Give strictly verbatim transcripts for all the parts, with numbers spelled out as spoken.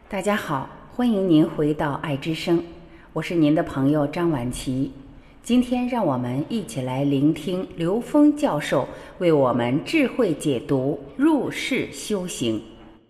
大家好，欢迎您回到爱之声，我是您的朋友张婉琪。今天让我们一起来聆听刘峰教授为我们智慧解读入世修行。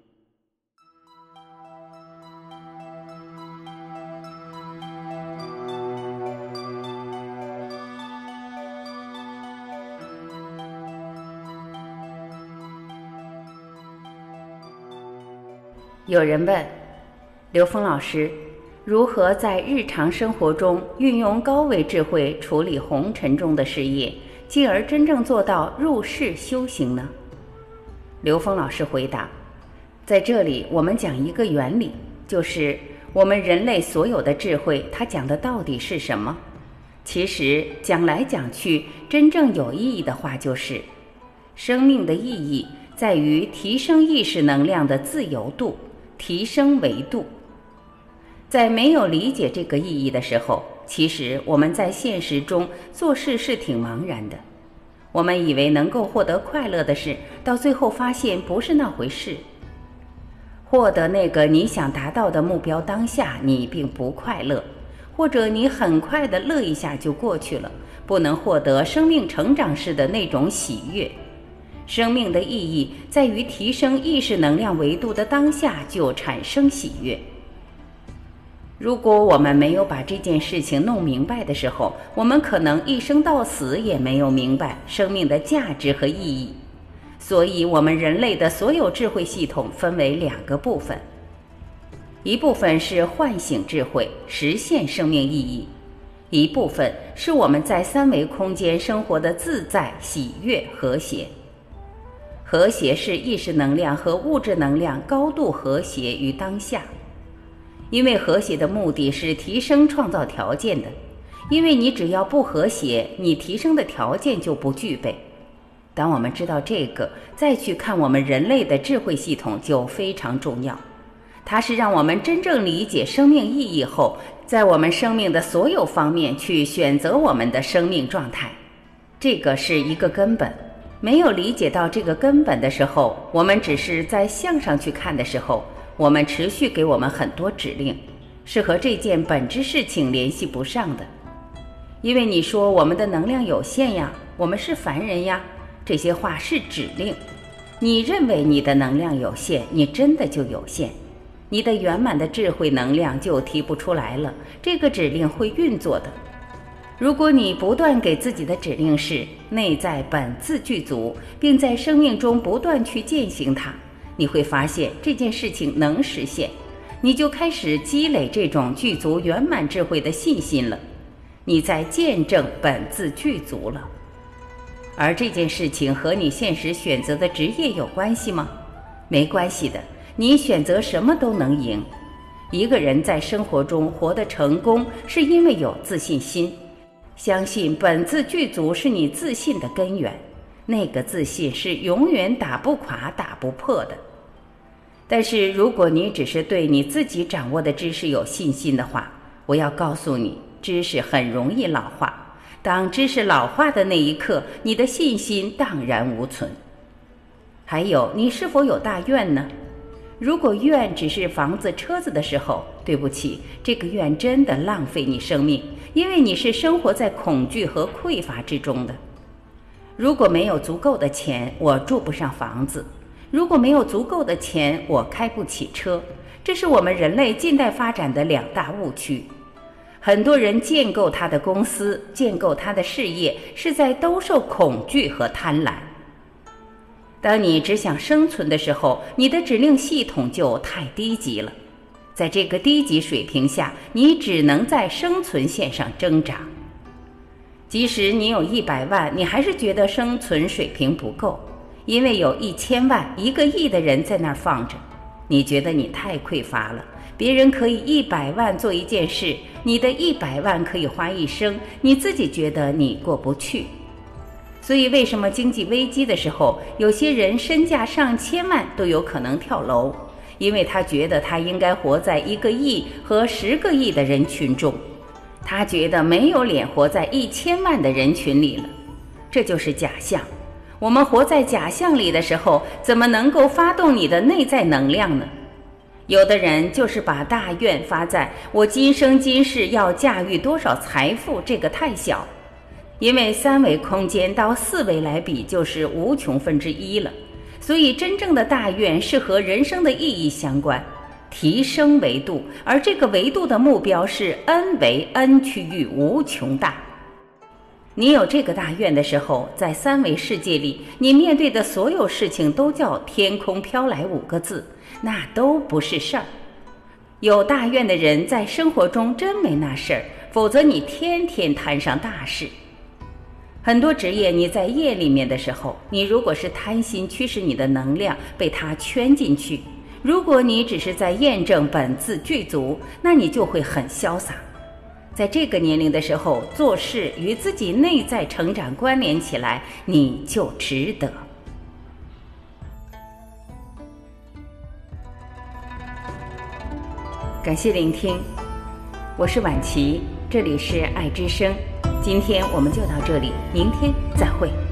有人问刘峰老师，如何在日常生活中运用高维智慧处理红尘中的事业，进而真正做到入世修行呢？刘峰老师回答，在这里我们讲一个原理，就是我们人类所有的智慧，它讲的到底是什么？其实讲来讲去，真正有意义的话就是生命的意义在于提升意识能量的自由度，提升维度。在没有理解这个意义的时候，其实我们在现实中做事是挺茫然的。我们以为能够获得快乐的事，到最后发现不是那回事。获得那个你想达到的目标当下，你并不快乐，或者你很快的乐一下就过去了，不能获得生命成长时的那种喜悦。生命的意义在于提升意识能量维度的当下就产生喜悦。如果我们没有把这件事情弄明白的时候，我们可能一生到死也没有明白生命的价值和意义。所以我们人类的所有智慧系统分为两个部分，一部分是唤醒智慧，实现生命意义，一部分是我们在三维空间生活的自在、喜悦、和谐。和谐是意识能量和物质能量高度和谐于当下。因为和谐的目的是提升创造条件的，因为你只要不和谐，你提升的条件就不具备。当我们知道这个，再去看我们人类的智慧系统就非常重要。它是让我们真正理解生命意义后，在我们生命的所有方面去选择我们的生命状态。这个是一个根本。没有理解到这个根本的时候，我们只是在向上去看的时候，我们持续给我们很多指令，是和这件本质事情联系不上的。因为你说我们的能量有限呀，我们是凡人呀，这些话是指令。你认为你的能量有限，你真的就有限，你的圆满的智慧能量就提不出来了，这个指令会运作的。如果你不断给自己的指令是内在本自具足，并在生命中不断去践行它，你会发现这件事情能实现，你就开始积累这种具足圆满智慧的信心了，你在见证本自具足了。而这件事情和你现实选择的职业有关系吗？没关系的，你选择什么都能赢。一个人在生活中活得成功，是因为有自信心，相信本自具足是你自信的根源，那个自信是永远打不垮打不破的。但是如果你只是对你自己掌握的知识有信心的话，我要告诉你，知识很容易老化，当知识老化的那一刻，你的信心荡然无存。还有，你是否有大愿呢？如果愿只是房子车子的时候，对不起，这个愿真的浪费你生命，因为你是生活在恐惧和匮乏之中的。如果没有足够的钱，我住不上房子；如果没有足够的钱，我开不起车。这是我们人类近代发展的两大误区。很多人建构他的公司，建构他的事业，是在兜售恐惧和贪婪。当你只想生存的时候，你的指令系统就太低级了。在这个低级水平下，你只能在生存线上挣扎。即使你有一百万，你还是觉得生存水平不够，因为有一千万、一个亿的人在那儿放着，你觉得你太匮乏了。别人可以一百万做一件事，你的一百万可以花一生，你自己觉得你过不去。所以为什么经济危机的时候，有些人身价上千万都有可能跳楼？因为他觉得他应该活在一个亿和十个亿的人群中，他觉得没有脸活在一千万的人群里了。这就是假象。我们活在假象里的时候，怎么能够发动你的内在能量呢？ 有的人就是把大愿发在我今生今世要驾驭多少财富，这个太小，因为三维空间到四维来比就是无穷分之一了，所以真正的大愿是和人生的意义相关，提升维度，而这个维度的目标是 N 为 N 区域无穷大。你有这个大愿的时候，在三维世界里，你面对的所有事情都叫天空飘来五个字，那都不是事儿。有大愿的人在生活中真没那事儿，否则你天天摊上大事。很多职业你在业里面的时候，你如果是贪心驱使你的能量被它圈进去，如果你只是在验证本自具足，那你就会很潇洒。在这个年龄的时候，做事与自己内在成长关联起来，你就值得。感谢聆听，我是婉琪，这里是爱之声。今天我们就到这里，明天再会。